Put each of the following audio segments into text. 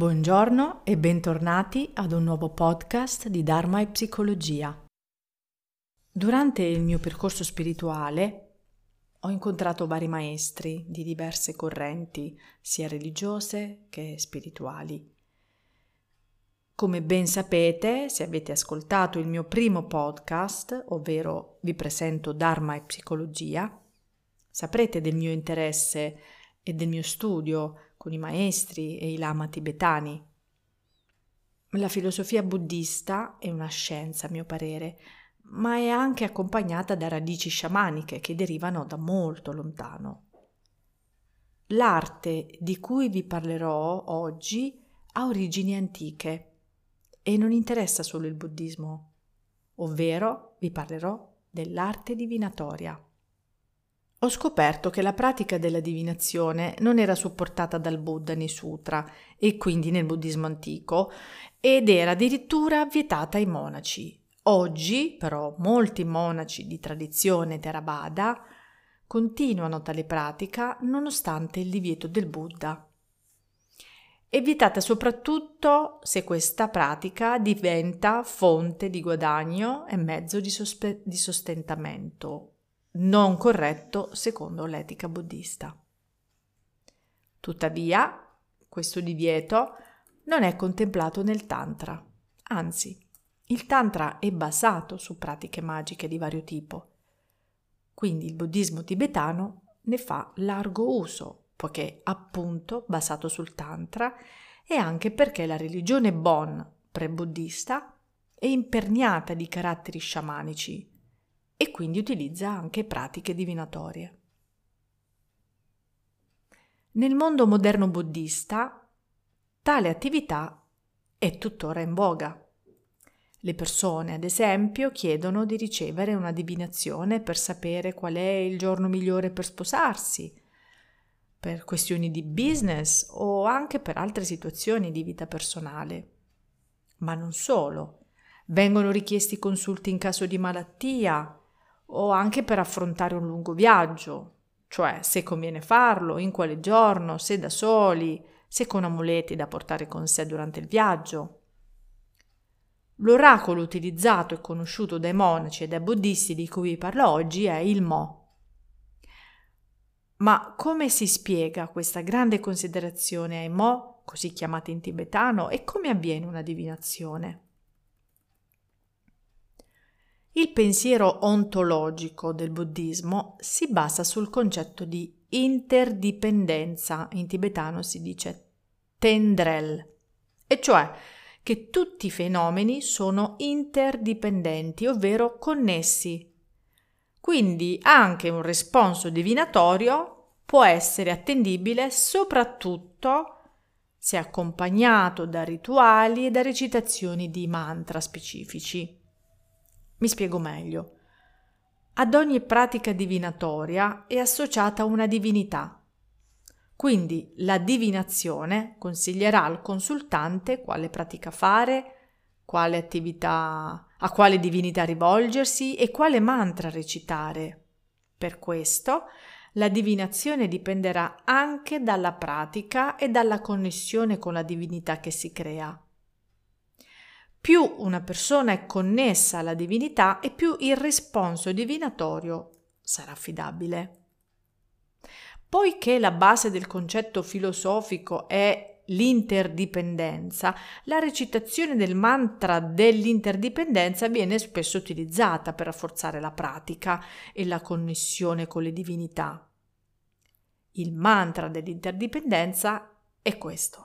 Buongiorno e bentornati ad un nuovo podcast di Dharma e Psicologia. Durante il mio percorso spirituale ho incontrato vari maestri di diverse correnti, sia religiose che spirituali. Come ben sapete, se avete ascoltato il mio primo podcast, ovvero vi presento Dharma e Psicologia, saprete del mio interesse e del mio studio con i maestri e i lama tibetani. La filosofia buddista è una scienza, a mio parere, ma è anche accompagnata da radici sciamaniche che derivano da molto lontano. L'arte di cui vi parlerò oggi ha origini antiche e non interessa solo il buddismo, ovvero vi parlerò dell'arte divinatoria. Ho scoperto che la pratica della divinazione non era supportata dal Buddha nei sutra e quindi nel buddismo antico ed era addirittura vietata ai monaci. Oggi, però, molti monaci di tradizione Theravada continuano tale pratica nonostante il divieto del Buddha. È vietata soprattutto se questa pratica diventa fonte di guadagno e mezzo di sostentamento, non corretto secondo l'etica buddista. Tuttavia, questo divieto non è contemplato nel Tantra, anzi, il Tantra è basato su pratiche magiche di vario tipo, quindi il buddismo tibetano ne fa largo uso, poiché appunto basato sul Tantra e anche perché la religione Bon pre-buddista è imperniata di caratteri sciamanici e quindi utilizza anche pratiche divinatorie. Nel mondo moderno buddista, tale attività è tuttora in voga. Le persone, ad esempio, chiedono di ricevere una divinazione per sapere qual è il giorno migliore per sposarsi, per questioni di business o anche per altre situazioni di vita personale. Ma non solo. Vengono richiesti consulti in caso di malattia, o anche per affrontare un lungo viaggio, cioè se conviene farlo, in quale giorno, se da soli, se con amuleti da portare con sé durante il viaggio. L'oracolo utilizzato e conosciuto dai monaci e dai buddisti di cui vi parlo oggi è il Mo. Ma come si spiega questa grande considerazione ai Mo, così chiamati in tibetano, e come avviene una divinazione? Il pensiero ontologico del buddismo si basa sul concetto di interdipendenza, in tibetano si dice tendrel, e cioè che tutti i fenomeni sono interdipendenti, ovvero connessi. Quindi anche un responso divinatorio può essere attendibile soprattutto se accompagnato da rituali e da recitazioni di mantra specifici. Mi spiego meglio. Ad ogni pratica divinatoria è associata una divinità. Quindi la divinazione consiglierà al consultante quale pratica fare, quale attività, a quale divinità rivolgersi e quale mantra recitare. Per questo la divinazione dipenderà anche dalla pratica e dalla connessione con la divinità che si crea. Più una persona è connessa alla divinità e più il responso divinatorio sarà affidabile. Poiché la base del concetto filosofico è l'interdipendenza, la recitazione del mantra dell'interdipendenza viene spesso utilizzata per rafforzare la pratica e la connessione con le divinità. Il mantra dell'interdipendenza è questo.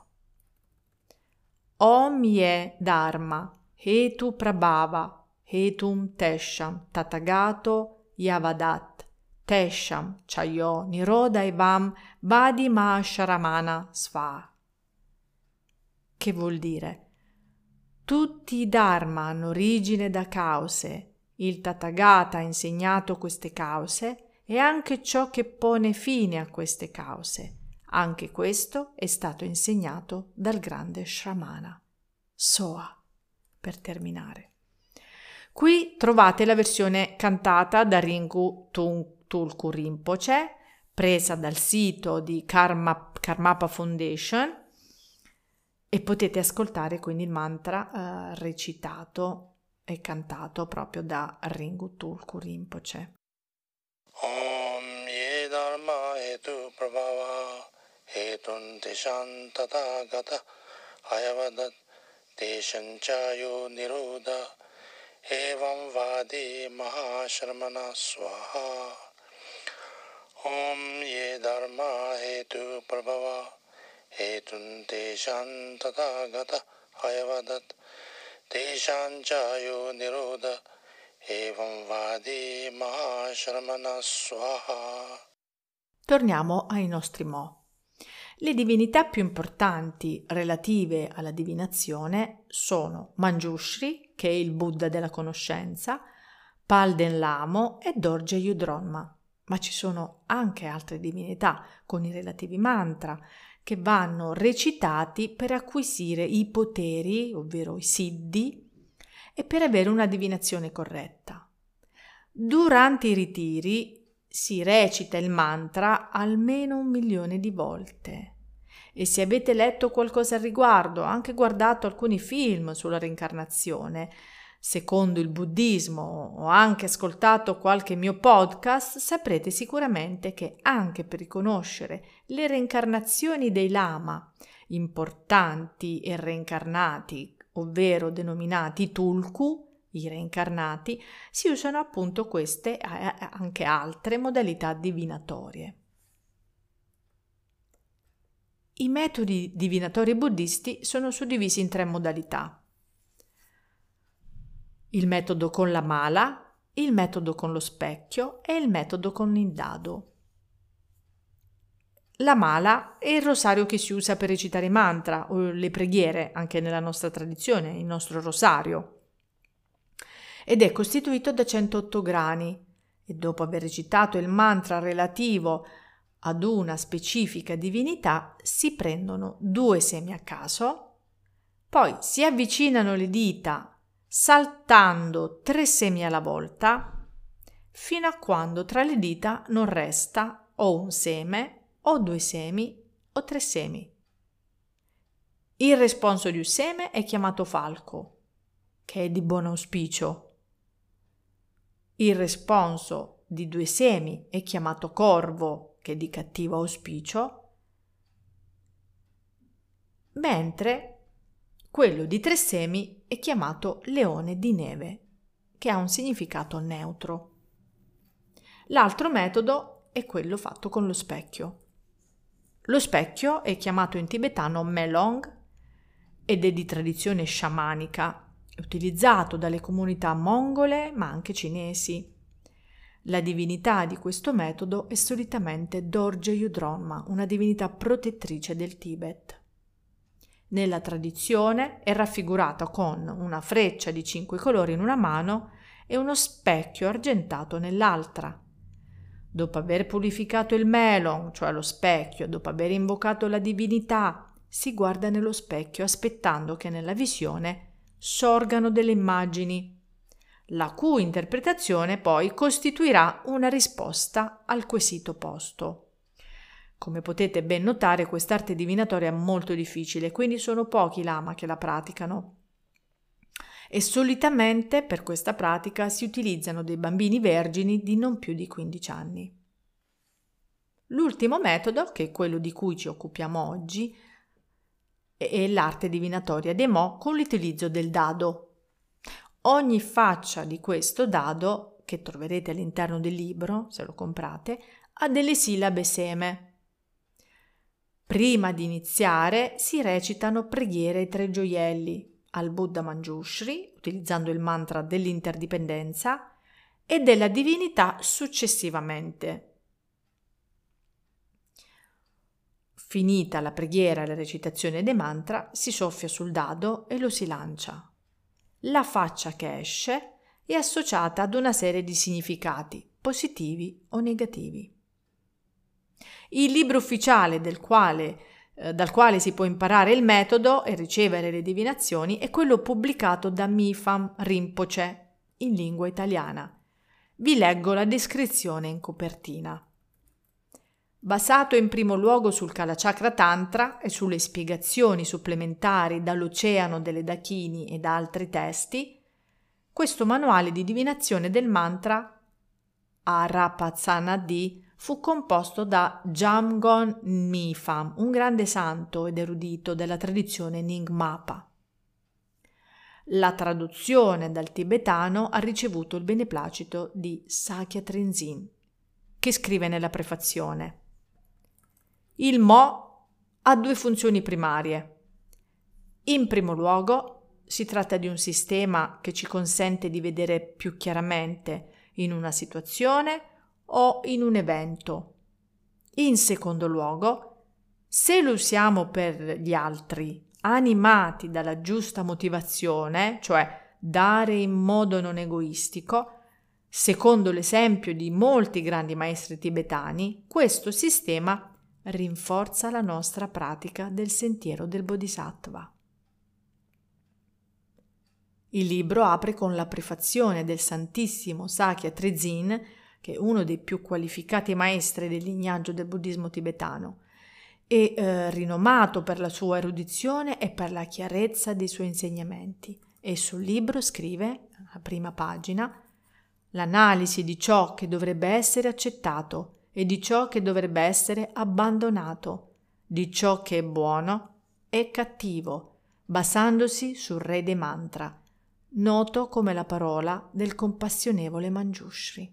Om Ye Dharma, Hetu Prabhava, Hetum Tesham, Tathagato Yavadat, Tesham Chayo Niroda Evam Vadi Mahasharamana Sva. Che vuol dire? Tutti i Dharma hanno origine da cause, il Tathagata ha insegnato queste cause e anche ciò che pone fine a queste cause. Anche questo è stato insegnato dal grande Shramana. Soa, per terminare. Qui trovate la versione cantata da Ringu Tulku Rinpoche, presa dal sito di Karmapa Foundation, E potete ascoltare quindi il mantra recitato e cantato proprio da Ringu Tulku Rinpoche. Om ye dharma hetu prabhava hetun teshan tathagata ayavadat teshan chayo nirodha evam vadi mahashramana swaha. Om ye dharma hetu prabhava hetun teshan tathagata ayavadat teshan chayo nirodha evam vadi mahashramana swaha. Torniamo ai nostri mo. Le divinità più importanti relative alla divinazione sono Manjushri, che è il Buddha della conoscenza, Palden Lamo e Dorje Yudronma. Ma ci sono anche altre divinità con i relativi mantra che vanno recitati per acquisire i poteri, ovvero i siddhi, e per avere una divinazione corretta. Durante i ritiri si recita il mantra almeno 1 milione di volte. E se avete letto qualcosa al riguardo, anche guardato alcuni film sulla reincarnazione, secondo il buddismo, o anche ascoltato qualche mio podcast, saprete sicuramente che anche per riconoscere le reincarnazioni dei lama importanti e reincarnati, ovvero denominati tulku, i reincarnati, si usano appunto queste e anche altre modalità divinatorie. I metodi divinatori buddisti sono suddivisi in 3 modalità. Il metodo con la mala, il metodo con lo specchio e il metodo con il dado. La mala è il rosario che si usa per recitare i mantra o le preghiere, anche nella nostra tradizione, il nostro rosario. Ed è costituito da 108 grani e dopo aver recitato il mantra relativo ad una specifica divinità si prendono 2 semi a caso, poi si avvicinano le dita saltando 3 semi alla volta fino a quando tra le dita non resta o un seme o 2 semi o 3 semi. Il responso di un seme è chiamato falco, che è di buon auspicio. Il responso di 2 semi è chiamato corvo, che è di cattivo auspicio, mentre quello di 3 semi è chiamato leone di neve, che ha un significato neutro. L'altro metodo è quello fatto con lo specchio. Lo specchio è chiamato in tibetano melong ed è di tradizione sciamanica, utilizzato dalle comunità mongole ma anche cinesi. La divinità di questo metodo è solitamente Dorje Yudronma, una divinità protettrice del Tibet. Nella tradizione è raffigurata con una freccia di 5 colori in una mano e uno specchio argentato nell'altra. Dopo aver purificato il melon, cioè lo specchio, dopo aver invocato la divinità, si guarda nello specchio aspettando che nella visione sorgano delle immagini, la cui interpretazione poi costituirà una risposta al quesito posto. Come potete ben notare, quest'arte divinatoria è molto difficile, quindi sono pochi lama che la praticano. E solitamente per questa pratica si utilizzano dei bambini vergini di non più di 15 anni. L'ultimo metodo, che è quello di cui ci occupiamo oggi, è l'arte divinatoria dei mo con l'utilizzo del dado. Ogni faccia di questo dado, che troverete all'interno del libro, se lo comprate, ha delle sillabe seme. Prima di iniziare si recitano preghiere ai 3 gioielli, al Buddha Manjushri, utilizzando il mantra dell'interdipendenza, e della divinità successivamente. Finita la preghiera e la recitazione dei mantra, si soffia sul dado e lo si lancia. La faccia che esce è associata ad una serie di significati, positivi o negativi. Il libro ufficiale dal quale si può imparare il metodo e ricevere le divinazioni è quello pubblicato da Mifam Rinpoche in lingua italiana. Vi leggo la descrizione in copertina. Basato in primo luogo sul Kalachakra Tantra e sulle spiegazioni supplementari dall'Oceano delle Dakini e da altri testi, questo manuale di divinazione del mantra Arapazzanadi fu composto da Jamgon Mifam, un grande santo ed erudito della tradizione Nyingmapa. La traduzione dal tibetano ha ricevuto il beneplacito di Sakya Trenzin, che scrive nella prefazione: il Mo ha due funzioni primarie. In primo luogo, si tratta di un sistema che ci consente di vedere più chiaramente in una situazione o in un evento. In secondo luogo, se lo usiamo per gli altri, animati dalla giusta motivazione, cioè dare in modo non egoistico, secondo l'esempio di molti grandi maestri tibetani, questo sistema rinforza la nostra pratica del sentiero del Bodhisattva. Il libro apre con la prefazione del Santissimo Sakya Trezin, che è uno dei più qualificati maestri del lignaggio del buddismo tibetano e rinomato per la sua erudizione e per la chiarezza dei suoi insegnamenti. E sul libro scrive, alla prima pagina, l'analisi di ciò che dovrebbe essere accettato e di ciò che dovrebbe essere abbandonato, di ciò che è buono e cattivo, basandosi sul re dei mantra, noto come la parola del compassionevole Manjushri.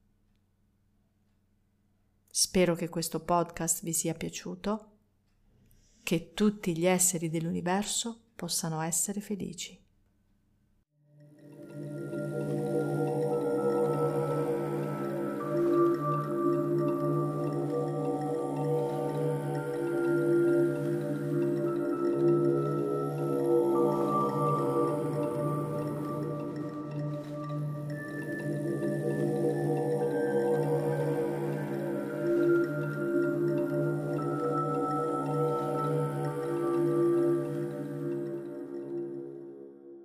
Spero che questo podcast vi sia piaciuto, che tutti gli esseri dell'universo possano essere felici.